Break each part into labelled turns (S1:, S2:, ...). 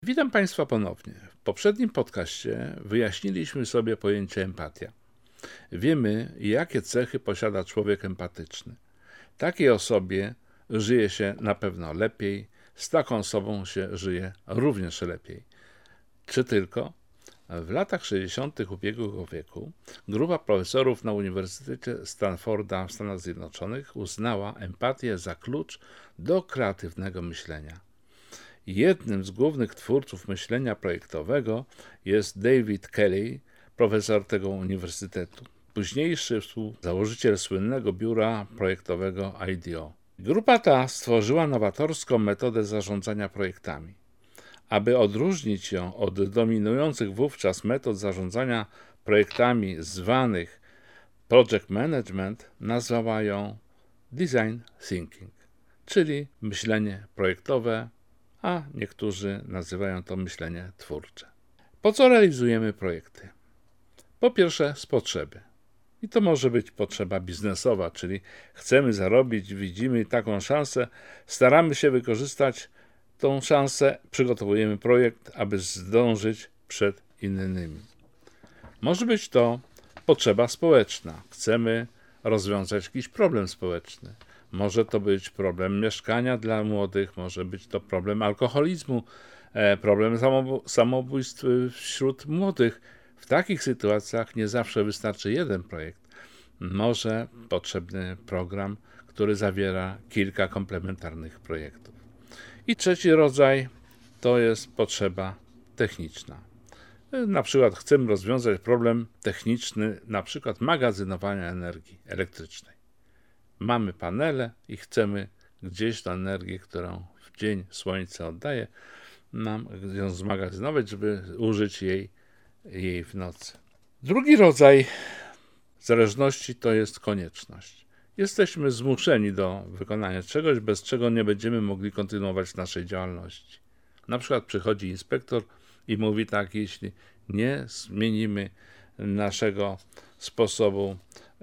S1: Witam Państwa ponownie. W poprzednim podcaście wyjaśniliśmy sobie pojęcie empatia. Wiemy, jakie cechy posiada człowiek empatyczny. Takiej osobie żyje się na pewno lepiej, z taką osobą się żyje również lepiej. Czy tylko? W latach 60. ubiegłego wieku grupa profesorów na Uniwersytecie Stanforda w Stanach Zjednoczonych uznała empatię za klucz do kreatywnego myślenia. Jednym z głównych twórców myślenia projektowego jest David Kelley, profesor tego uniwersytetu, późniejszy współzałożyciel słynnego biura projektowego IDEO. Grupa ta stworzyła nowatorską metodę zarządzania projektami. Aby odróżnić ją od dominujących wówczas metod zarządzania projektami zwanych project management, nazwała ją design thinking, czyli myślenie projektowe, a niektórzy nazywają to myślenie twórcze. Po co realizujemy projekty? Po pierwsze z potrzeby. I to może być potrzeba biznesowa, czyli chcemy zarobić, widzimy taką szansę, staramy się wykorzystać tą szansę, przygotowujemy projekt, aby zdążyć przed innymi. Może być to potrzeba społeczna. Chcemy rozwiązać jakiś problem społeczny. Może to być problem mieszkania dla młodych, może być to problem alkoholizmu, problem samobójstw wśród młodych. W takich sytuacjach nie zawsze wystarczy jeden projekt. Może potrzebny program, który zawiera kilka komplementarnych projektów. I trzeci rodzaj to jest potrzeba techniczna. Na przykład chcemy rozwiązać problem techniczny, na przykład magazynowania energii elektrycznej. Mamy panele i chcemy gdzieś tę energię, którą w dzień słońce oddaje, nam ją zmagazynować, żeby użyć jej w nocy. Drugi rodzaj zależności to jest konieczność. Jesteśmy zmuszeni do wykonania czegoś, bez czego nie będziemy mogli kontynuować naszej działalności. Na przykład przychodzi inspektor i mówi tak, jeśli nie zmienimy naszego sposobu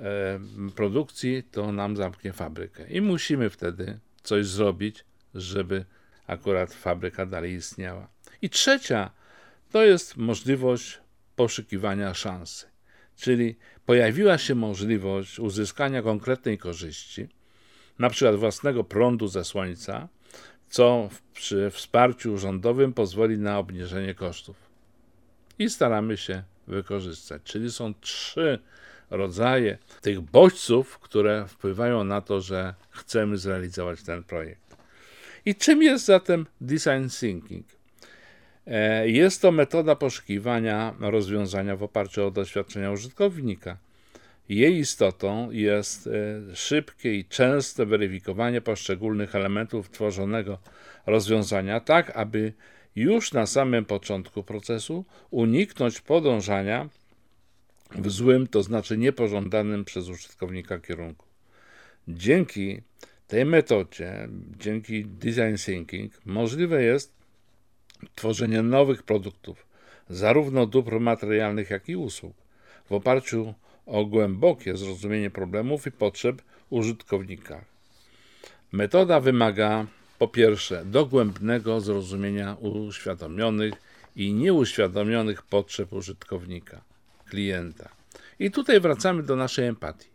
S1: produkcji, to nam zamknie fabrykę. I musimy wtedy coś zrobić, żeby akurat fabryka dalej istniała. I trzecia to jest możliwość poszukiwania szansy. Czyli pojawiła się możliwość uzyskania konkretnej korzyści, na przykład własnego prądu ze słońca, co przy wsparciu rządowym pozwoli na obniżenie kosztów. I staramy się wykorzystać. Czyli są trzy rodzaje tych bodźców, które wpływają na to, że chcemy zrealizować ten projekt. I czym jest zatem design thinking? Jest to metoda poszukiwania rozwiązania w oparciu o doświadczenia użytkownika. Jej istotą jest szybkie i częste weryfikowanie poszczególnych elementów tworzonego rozwiązania, tak aby już na samym początku procesu uniknąć podążania w złym, to znaczy niepożądanym przez użytkownika kierunku. Dzięki tej metodzie, dzięki design thinking, możliwe jest tworzenie nowych produktów, zarówno dóbr materialnych, jak i usług, w oparciu o głębokie zrozumienie problemów i potrzeb użytkownika. Metoda wymaga po pierwsze dogłębnego zrozumienia uświadomionych i nieuświadomionych potrzeb użytkownika, klienta. I tutaj wracamy do naszej empatii,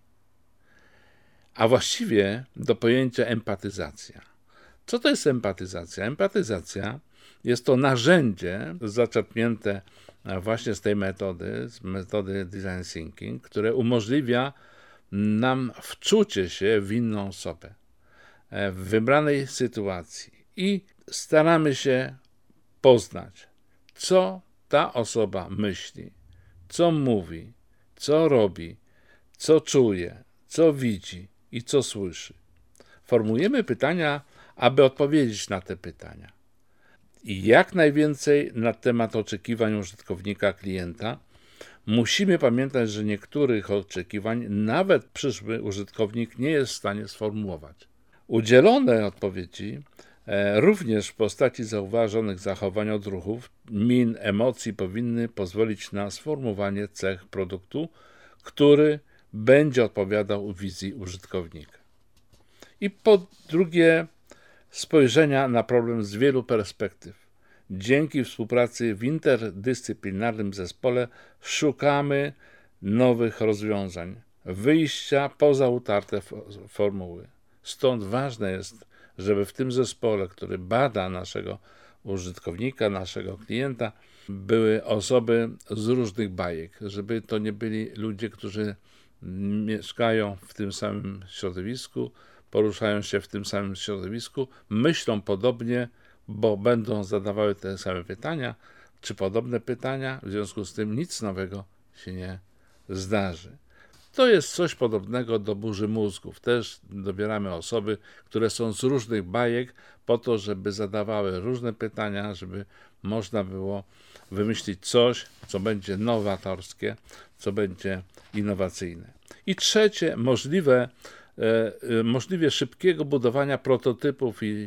S1: a właściwie do pojęcia empatyzacja. Co to jest empatyzacja? Empatyzacja jest to narzędzie zaczerpnięte właśnie z tej metody, z metody design thinking, które umożliwia nam wczucie się w inną osobę w wybranej sytuacji i staramy się poznać, co ta osoba myśli, co mówi, co robi, co czuje, co widzi i co słyszy. Formułujemy pytania, aby odpowiedzieć na te pytania. I jak najwięcej na temat oczekiwań użytkownika, klienta. Musimy pamiętać, że niektórych oczekiwań nawet przyszły użytkownik nie jest w stanie sformułować. Udzielone odpowiedzi również w postaci zauważonych zachowań, odruchów, min, emocji powinny pozwolić na sformułowanie cech produktu, który będzie odpowiadał wizji użytkownika. I po drugie, spojrzenia na problem z wielu perspektyw. dzięki współpracy w interdyscyplinarnym zespole szukamy nowych rozwiązań, wyjścia poza utarte formuły. Stąd ważne jest, żeby w tym zespole, który bada naszego użytkownika, naszego klienta, były osoby z różnych bajek, żeby to nie byli ludzie, którzy mieszkają w tym samym środowisku, poruszają się w tym samym środowisku, myślą podobnie, bo będą zadawały te same pytania, czy podobne pytania, w związku z tym nic nowego się nie zdarzy. To jest coś podobnego do burzy mózgów. Też dobieramy osoby, które są z różnych bajek, po to, żeby zadawały różne pytania, żeby można było wymyślić coś, co będzie nowatorskie, co będzie innowacyjne. I trzecie, możliwie szybkiego budowania prototypów i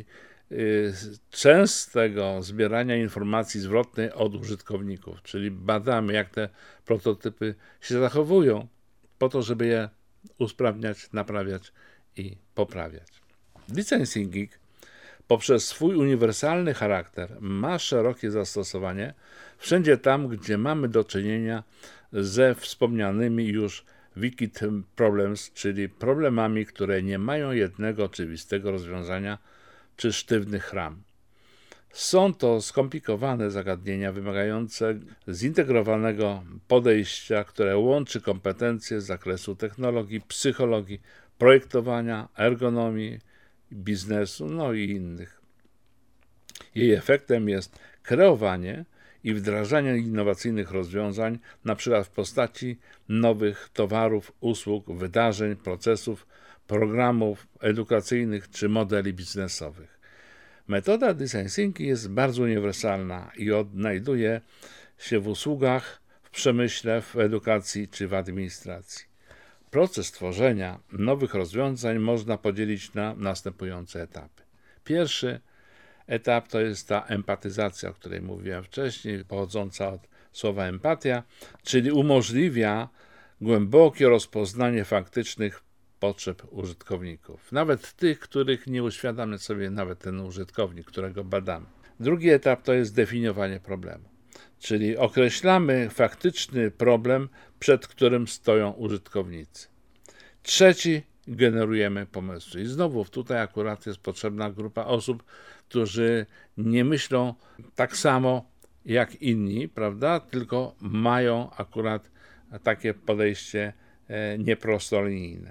S1: częstego zbierania informacji zwrotnej od użytkowników, czyli badamy, jak te prototypy się zachowują, po to, żeby je usprawniać, naprawiać i poprawiać. Design thinking poprzez swój uniwersalny charakter ma szerokie zastosowanie wszędzie tam, gdzie mamy do czynienia ze wspomnianymi już wicked problems, czyli problemami, które nie mają jednego oczywistego rozwiązania czy sztywnych ram. Są to skomplikowane zagadnienia wymagające zintegrowanego podejścia, które łączy kompetencje z zakresu technologii, psychologii, projektowania, ergonomii, biznesu, no i innych. Jej efektem jest kreowanie i wdrażanie innowacyjnych rozwiązań, np. w postaci nowych towarów, usług, wydarzeń, procesów, programów edukacyjnych czy modeli biznesowych. Metoda design thinking jest bardzo uniwersalna i odnajduje się w usługach, w przemyśle, w edukacji czy w administracji. Proces tworzenia nowych rozwiązań można podzielić na następujące etapy. Pierwszy etap to jest ta empatyzacja, o której mówiłem wcześniej, pochodząca od słowa empatia, czyli umożliwia głębokie rozpoznanie faktycznych potrzeb użytkowników, nawet tych, których nie uświadamia sobie nawet ten użytkownik, którego badamy. Drugi etap to jest definiowanie problemu, czyli określamy faktyczny problem, przed którym stoją użytkownicy. Trzeci, generujemy pomysły. I znowu tutaj akurat jest potrzebna grupa osób, którzy nie myślą tak samo jak inni, prawda, tylko mają akurat takie podejście nieprostolinijne.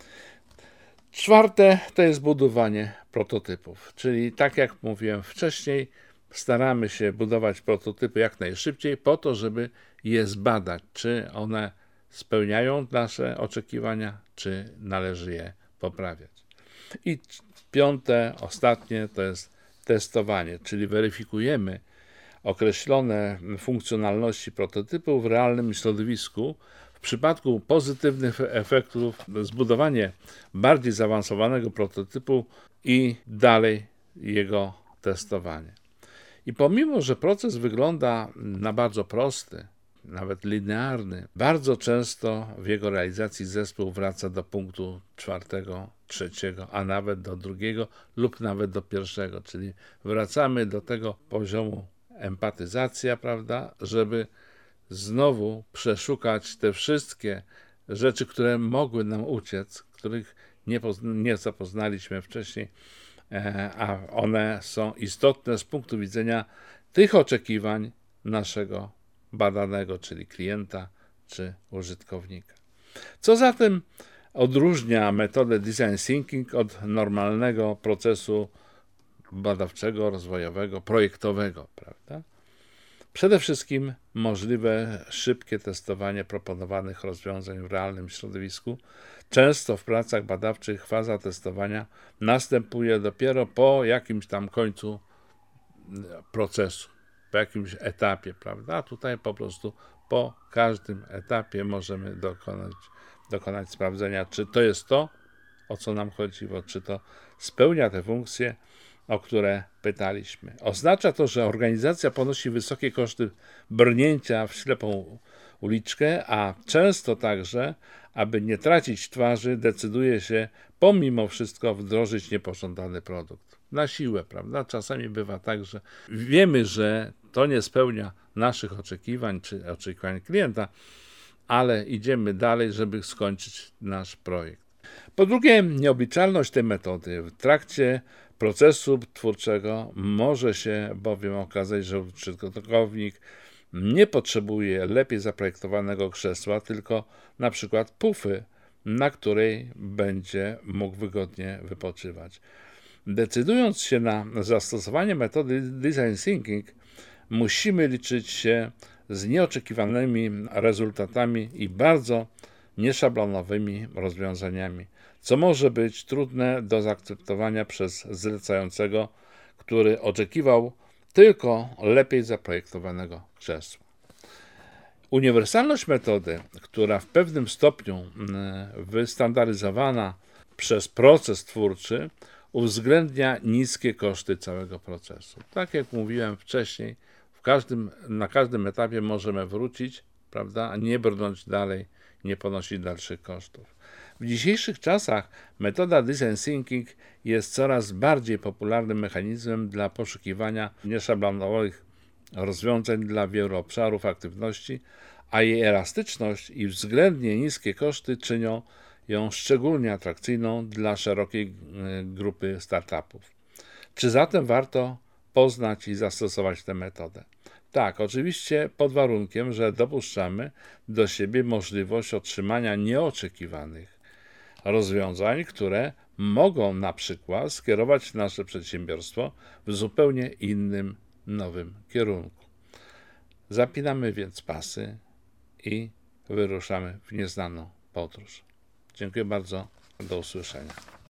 S1: Czwarte to jest budowanie prototypów, czyli tak jak mówiłem wcześniej, staramy się budować prototypy jak najszybciej po to, żeby je zbadać, czy one spełniają nasze oczekiwania, czy należy je poprawiać. I piąte, ostatnie to jest testowanie, czyli weryfikujemy określone funkcjonalności prototypu w realnym środowisku. W przypadku pozytywnych efektów zbudowanie bardziej zaawansowanego prototypu i dalej jego testowanie. I pomimo, że proces wygląda na bardzo prosty, nawet linearny, bardzo często w jego realizacji zespół wraca do punktu 4., 3., a nawet do 2. lub nawet do 1., czyli wracamy do tego poziomu empatyzacja, prawda, żeby znowu przeszukać te wszystkie rzeczy, które mogły nam uciec, których nie zapoznaliśmy wcześniej, a one są istotne z punktu widzenia tych oczekiwań naszego badanego, czyli klienta czy użytkownika. Co zatem odróżnia metodę design thinking od normalnego procesu badawczego, rozwojowego, projektowego, prawda? Przede wszystkim możliwe szybkie testowanie proponowanych rozwiązań w realnym środowisku. Często w pracach badawczych faza testowania następuje dopiero po jakimś tam końcu procesu, po jakimś etapie, prawda? A tutaj po prostu po każdym etapie możemy dokonać sprawdzenia, czy to jest to, o co nam chodziło, czy to spełnia te funkcje, o które pytaliśmy. Oznacza to, że organizacja ponosi wysokie koszty brnięcia w ślepą uliczkę, a często także, aby nie tracić twarzy, decyduje się pomimo wszystko wdrożyć niepożądany produkt. na siłę, prawda? Czasami bywa tak, że wiemy, że to nie spełnia naszych oczekiwań czy oczekiwań klienta, ale idziemy dalej, żeby skończyć nasz projekt. Po drugie, nieobliczalność tej metody w trakcie procesu twórczego może się bowiem okazać, że użytkownik nie potrzebuje lepiej zaprojektowanego krzesła, tylko na przykład pufy, na której będzie mógł wygodnie wypoczywać. Decydując się na zastosowanie metody Design Thinking, musimy liczyć się z nieoczekiwanymi rezultatami i bardzo nieszablonowymi rozwiązaniami, co może być trudne do zaakceptowania przez zlecającego, który oczekiwał tylko lepiej zaprojektowanego krzesła. Uniwersalność metody, która w pewnym stopniu wystandaryzowana przez proces twórczy, uwzględnia niskie koszty całego procesu. Tak jak mówiłem wcześniej, na każdym etapie możemy wrócić, prawda, a nie brnąć dalej, nie ponosić dalszych kosztów. W dzisiejszych czasach metoda Design Thinking jest coraz bardziej popularnym mechanizmem dla poszukiwania nieszablonowych rozwiązań dla wielu obszarów aktywności, a jej elastyczność i względnie niskie koszty czynią ją szczególnie atrakcyjną dla szerokiej grupy startupów. Czy zatem warto poznać i zastosować tę metodę? Tak, oczywiście pod warunkiem, że dopuszczamy do siebie możliwość otrzymania nieoczekiwanych rozwiązań, które mogą na przykład skierować nasze przedsiębiorstwo w zupełnie innym, nowym kierunku. Zapinamy więc pasy i wyruszamy w nieznaną podróż. Dziękuję bardzo. Do usłyszenia.